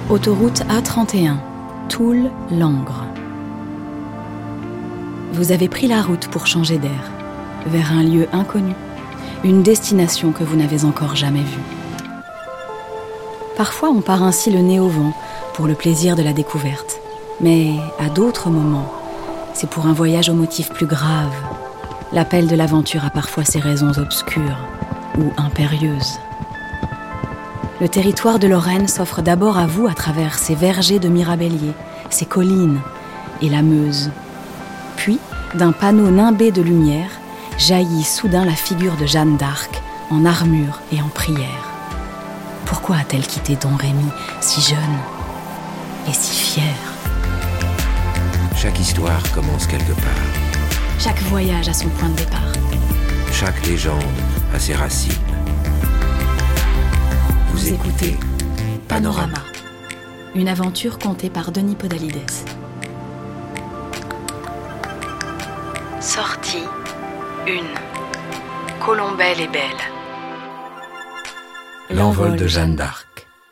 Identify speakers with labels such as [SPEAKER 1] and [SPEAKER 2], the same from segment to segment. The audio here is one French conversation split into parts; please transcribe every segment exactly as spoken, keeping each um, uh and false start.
[SPEAKER 1] Autoroute A trente et un, Toul-Langres. Vous avez pris la route pour changer d'air, vers un lieu inconnu, une destination que vous n'avez encore jamais vue. Parfois, on part ainsi le nez au vent, pour le plaisir de la découverte. Mais à d'autres moments, c'est pour un voyage au motif plus grave. L'appel de l'aventure a parfois ses raisons obscures ou impérieuses. Le territoire de Lorraine s'offre d'abord à vous à travers ses vergers de mirabelliers, ses collines et la Meuse. Puis, d'un panneau nimbé de lumière, jaillit soudain la figure de Jeanne d'Arc, en armure et en prière. Pourquoi a-t-elle quitté Domrémy, si jeune et si fière?
[SPEAKER 2] Chaque histoire commence quelque part.
[SPEAKER 1] Chaque voyage a son point de départ.
[SPEAKER 2] Chaque légende a ses racines. Vous, Vous écoutez Panorama. Panorama,
[SPEAKER 1] une aventure contée par Denis Podalides. Sortie un. Colombelle est belle.
[SPEAKER 2] L'envol de Jeanne d'Arc.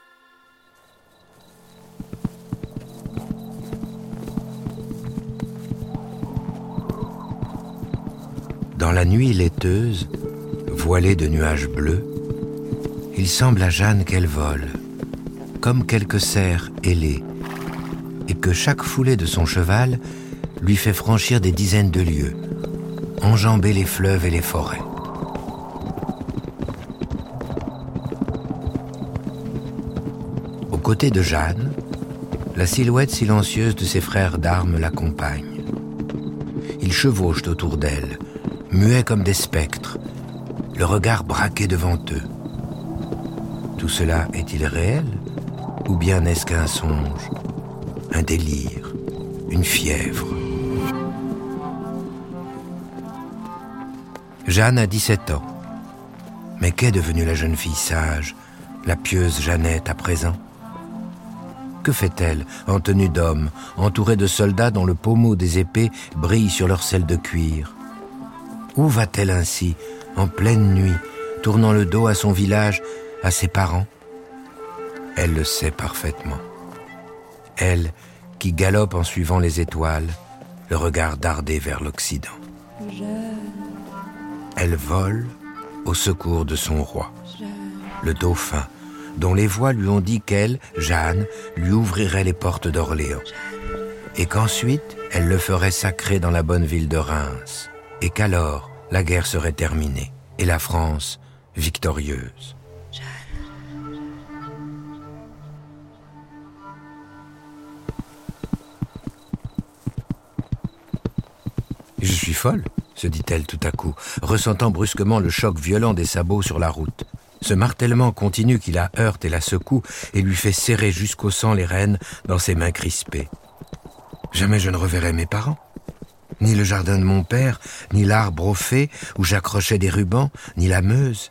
[SPEAKER 2] Dans la nuit laiteuse, voilée de nuages bleus, il semble à Jeanne qu'elle vole, comme quelques cerfs ailés, et que chaque foulée de son cheval lui fait franchir des dizaines de lieues, enjamber les fleuves et les forêts. Aux côtés de Jeanne, la silhouette silencieuse de ses frères d'armes l'accompagne. Ils chevauchent autour d'elle, muets comme des spectres, le regard braqué devant eux. Tout cela est-il réel, ou bien n'est-ce qu'un songe, un délire, une fièvre? Jeanne a dix-sept ans. Mais qu'est devenue la jeune fille sage, la pieuse Jeannette à présent? Que fait-elle en tenue d'homme, entourée de soldats dont le pommeau des épées brille sur leur selle de cuir? Où va-t-elle ainsi, en pleine nuit, tournant le dos à son village, à ses parents? Elle le sait parfaitement. Elle, qui galope en suivant les étoiles, le regard dardé vers l'Occident. Elle vole au secours de son roi, le dauphin, dont les voix lui ont dit qu'elle, Jeanne, lui ouvrirait les portes d'Orléans, et qu'ensuite elle le ferait sacrer dans la bonne ville de Reims, et qu'alors la guerre serait terminée, et la France victorieuse. Je suis folle, se dit-elle tout à coup, ressentant brusquement le choc violent des sabots sur la route. Ce martèlement continu qui la heurte et la secoue et lui fait serrer jusqu'au sang les rênes dans ses mains crispées. Jamais je ne reverrai mes parents. Ni le jardin de mon père, ni l'arbre au fées où j'accrochais des rubans, ni la Meuse.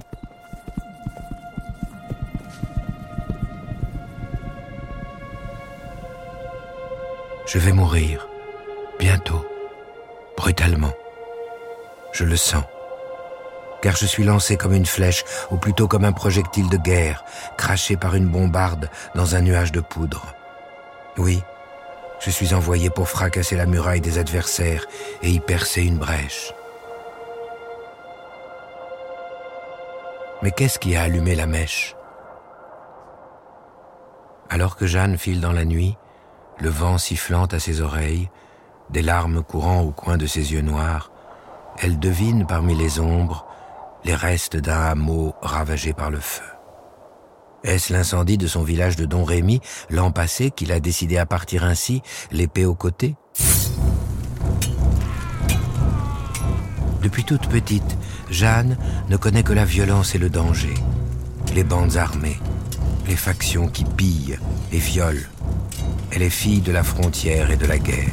[SPEAKER 2] Je vais mourir, bientôt, brutalement. Je le sens, car je suis lancé comme une flèche, ou plutôt comme un projectile de guerre, craché par une bombarde dans un nuage de poudre. Oui, je suis envoyé pour fracasser la muraille des adversaires et y percer une brèche. Mais qu'est-ce qui a allumé la mèche? Alors que Jeanne file dans la nuit, le vent sifflant à ses oreilles, des larmes courant au coin de ses yeux noirs, elle devine parmi les ombres les restes d'un hameau ravagé par le feu. Est-ce l'incendie de son village de Domrémy, l'an passé, qu'il a décidé à partir ainsi, l'épée au côté? Depuis toute petite, Jeanne ne connaît que la violence et le danger, les bandes armées, les factions qui pillent et violent. Elle est fille de la frontière et de la guerre.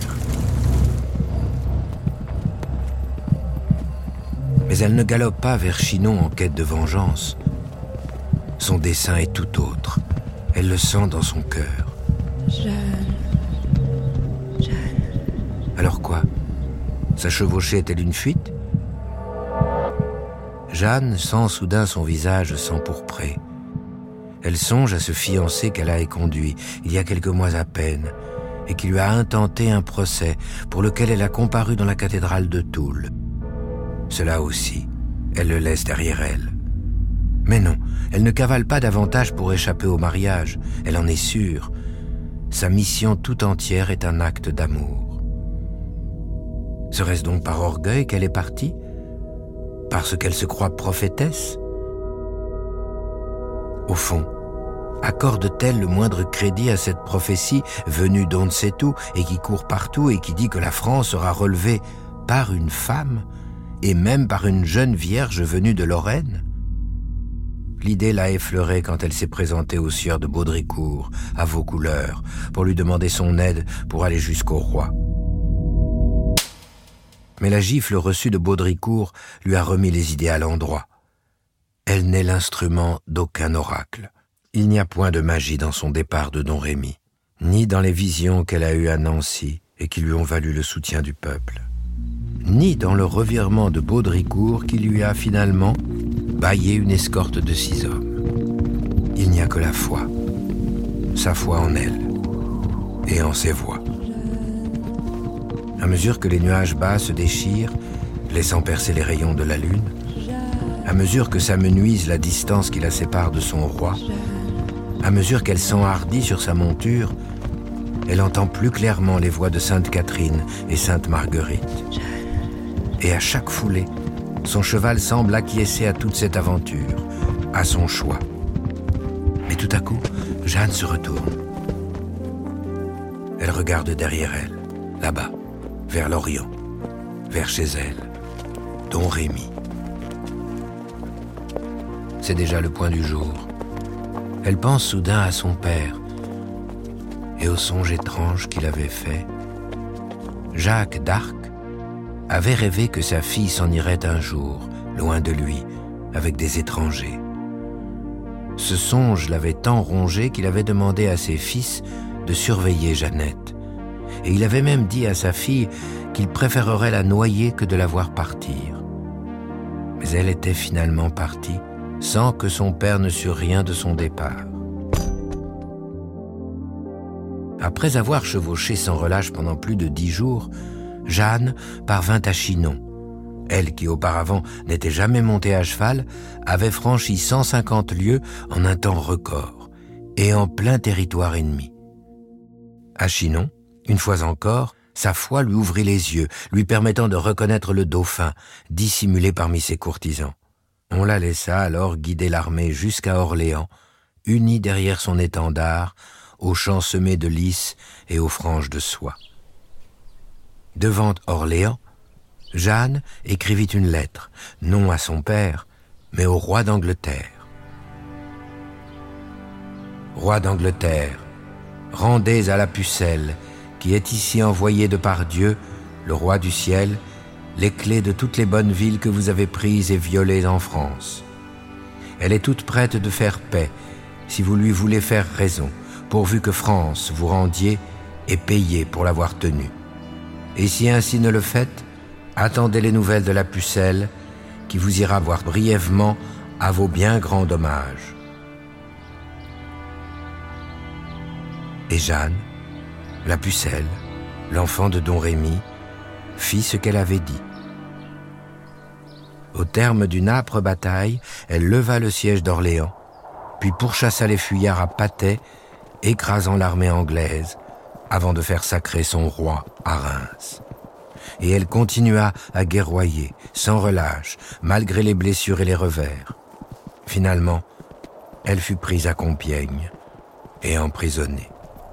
[SPEAKER 2] Mais elle ne galope pas vers Chinon en quête de vengeance. Son dessein est tout autre. Elle le sent dans son cœur.
[SPEAKER 3] Jeanne. Jeanne.
[SPEAKER 2] Alors quoi? Sa chevauchée est-elle une fuite? Jeanne sent soudain son visage s'empourprer. Elle songe à ce fiancé qu'elle a éconduit il y a quelques mois à peine et qui lui a intenté un procès pour lequel elle a comparu dans la cathédrale de Toul. Cela aussi, elle le laisse derrière elle. Mais non, elle ne cavale pas davantage pour échapper au mariage, elle en est sûre. Sa mission tout entière est un acte d'amour. Serait-ce donc par orgueil qu'elle est partie? Parce qu'elle se croit prophétesse? Au fond, accorde-t-elle le moindre crédit à cette prophétie venue d'on ne sait où et qui court partout et qui dit que la France sera relevée par une femme et même par une jeune vierge venue de Lorraine? L'idée l'a effleurée quand elle s'est présentée au sieur de Baudricourt, à Vaucouleurs, pour lui demander son aide pour aller jusqu'au roi. Mais la gifle reçue de Baudricourt lui a remis les idées à l'endroit. Elle n'est l'instrument d'aucun oracle. Il n'y a point de magie dans son départ de Don Rémy, ni dans les visions qu'elle a eues à Nancy et qui lui ont valu le soutien du peuple, ni dans le revirement de Baudricourt qui lui a finalement bâillé une escorte de six hommes. Il n'y a que la foi, sa foi en elle et en ses voix. À mesure que les nuages bas se déchirent, laissant percer les rayons de la lune, à mesure que s'amenuise la distance qui la sépare de son roi, à mesure qu'elle s'enhardit sur sa monture, elle entend plus clairement les voix de Sainte Catherine et Sainte Marguerite. Et à chaque foulée, son cheval semble acquiescer à toute cette aventure, à son choix. Mais tout à coup, Jeanne se retourne. Elle regarde derrière elle, là-bas, vers l'Orient, vers chez elle, Don Rémy. C'est déjà le point du jour. Elle pense soudain à son père et au songe étrange qu'il avait fait. Jacques d'Arc avait rêvé que sa fille s'en irait un jour, loin de lui, avec des étrangers. Ce songe l'avait tant rongé qu'il avait demandé à ses fils de surveiller Jeannette. Et il avait même dit à sa fille qu'il préférerait la noyer que de la voir partir. Mais elle était finalement partie, sans que son père ne sût rien de son départ. Après avoir chevauché sans relâche pendant plus de dix jours, Jeanne parvint à Chinon. Elle, qui auparavant n'était jamais montée à cheval, avait franchi cent cinquante lieues en un temps record, et en plein territoire ennemi. À Chinon, une fois encore, sa foi lui ouvrit les yeux, lui permettant de reconnaître le dauphin, dissimulé parmi ses courtisans. On la laissa alors guider l'armée jusqu'à Orléans, unie derrière son étendard, aux champs semés de lys et aux franges de soie. Devant Orléans, Jeanne écrivit une lettre, non à son père, mais au roi d'Angleterre. Roi d'Angleterre, rendez à la pucelle, qui est ici envoyée de par Dieu, le roi du ciel, les clés de toutes les bonnes villes que vous avez prises et violées en France. Elle est toute prête de faire paix, si vous lui voulez faire raison, pourvu que France vous rendiez et payez pour l'avoir tenue. Et si ainsi ne le faites, attendez les nouvelles de la pucelle, qui vous ira voir brièvement à vos bien grands dommages. Et Jeanne, la pucelle, l'enfant de Don Rémy, fit ce qu'elle avait dit. Au terme d'une âpre bataille, elle leva le siège d'Orléans, puis pourchassa les fuyards à Patay, écrasant l'armée anglaise, avant de faire sacrer son roi à Reims. Et elle continua à guerroyer, sans relâche, malgré les blessures et les revers. Finalement, elle fut prise à Compiègne et emprisonnée.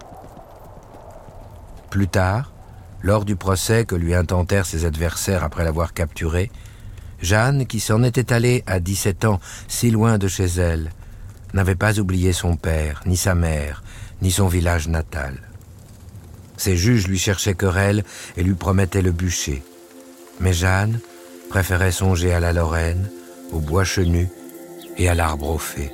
[SPEAKER 2] Plus tard, lors du procès que lui intentèrent ses adversaires après l'avoir capturée, Jeanne, qui s'en était allée à dix-sept ans, si loin de chez elle, n'avait pas oublié son père, ni sa mère, ni son village natal. Ses juges lui cherchaient querelle et lui promettaient le bûcher. Mais Jeanne préférait songer à la Lorraine, au bois chenu et à l'arbre au fées.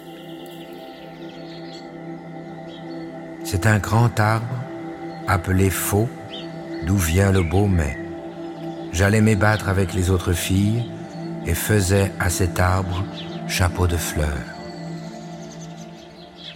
[SPEAKER 2] C'est un grand arbre, appelé Faux, d'où vient le beau mai. J'allais m'ébattre avec les autres filles et faisais à cet arbre chapeau de fleurs.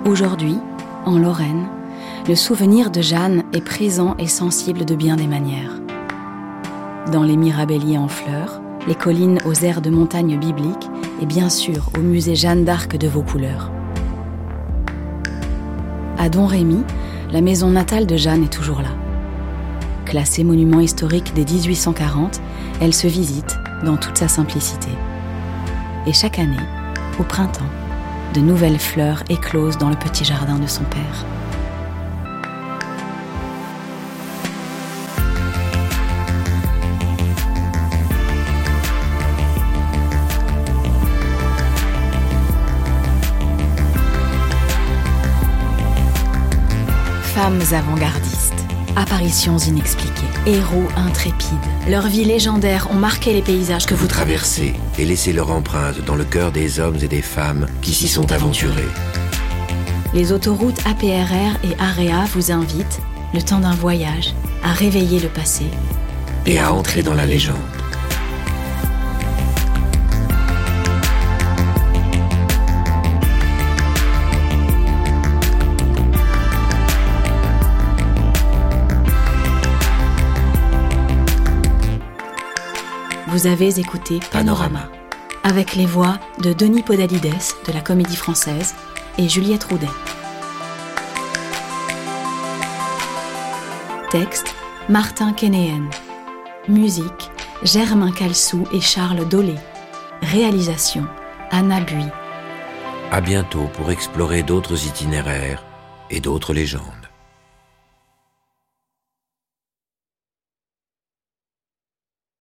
[SPEAKER 1] Aujourd'hui, en Lorraine, le souvenir de Jeanne est présent et sensible de bien des manières. Dans les mirabelliers en fleurs, les collines aux airs de montagnes bibliques et bien sûr au musée Jeanne d'Arc de Vaucouleurs. À Domrémy, la maison natale de Jeanne est toujours là. Classée monument historique dès dix-huit cent quarante, elle se visite dans toute sa simplicité. Et chaque année, au printemps, de nouvelles fleurs éclosent dans le petit jardin de son père. Femmes avant-gardistes, apparitions inexpliquées, héros intrépides. Leurs vies légendaires ont marqué les paysages que vous traversez
[SPEAKER 2] et laissé leur empreinte dans le cœur des hommes et des femmes qui s'y sont aventurés.
[SPEAKER 1] Les autoroutes A P R R et AREA vous invitent, le temps d'un voyage, à réveiller le passé
[SPEAKER 2] et, et à entrer dans la légende.
[SPEAKER 1] Vous avez écouté Panorama, avec les voix de Denis Podalides de la Comédie Française et Juliette Roudet. Texte, Martin Kénéen. Musique, Germain Calsou et Charles Dolé. Réalisation, Anna Bui.
[SPEAKER 2] À bientôt pour explorer d'autres itinéraires et d'autres légendes.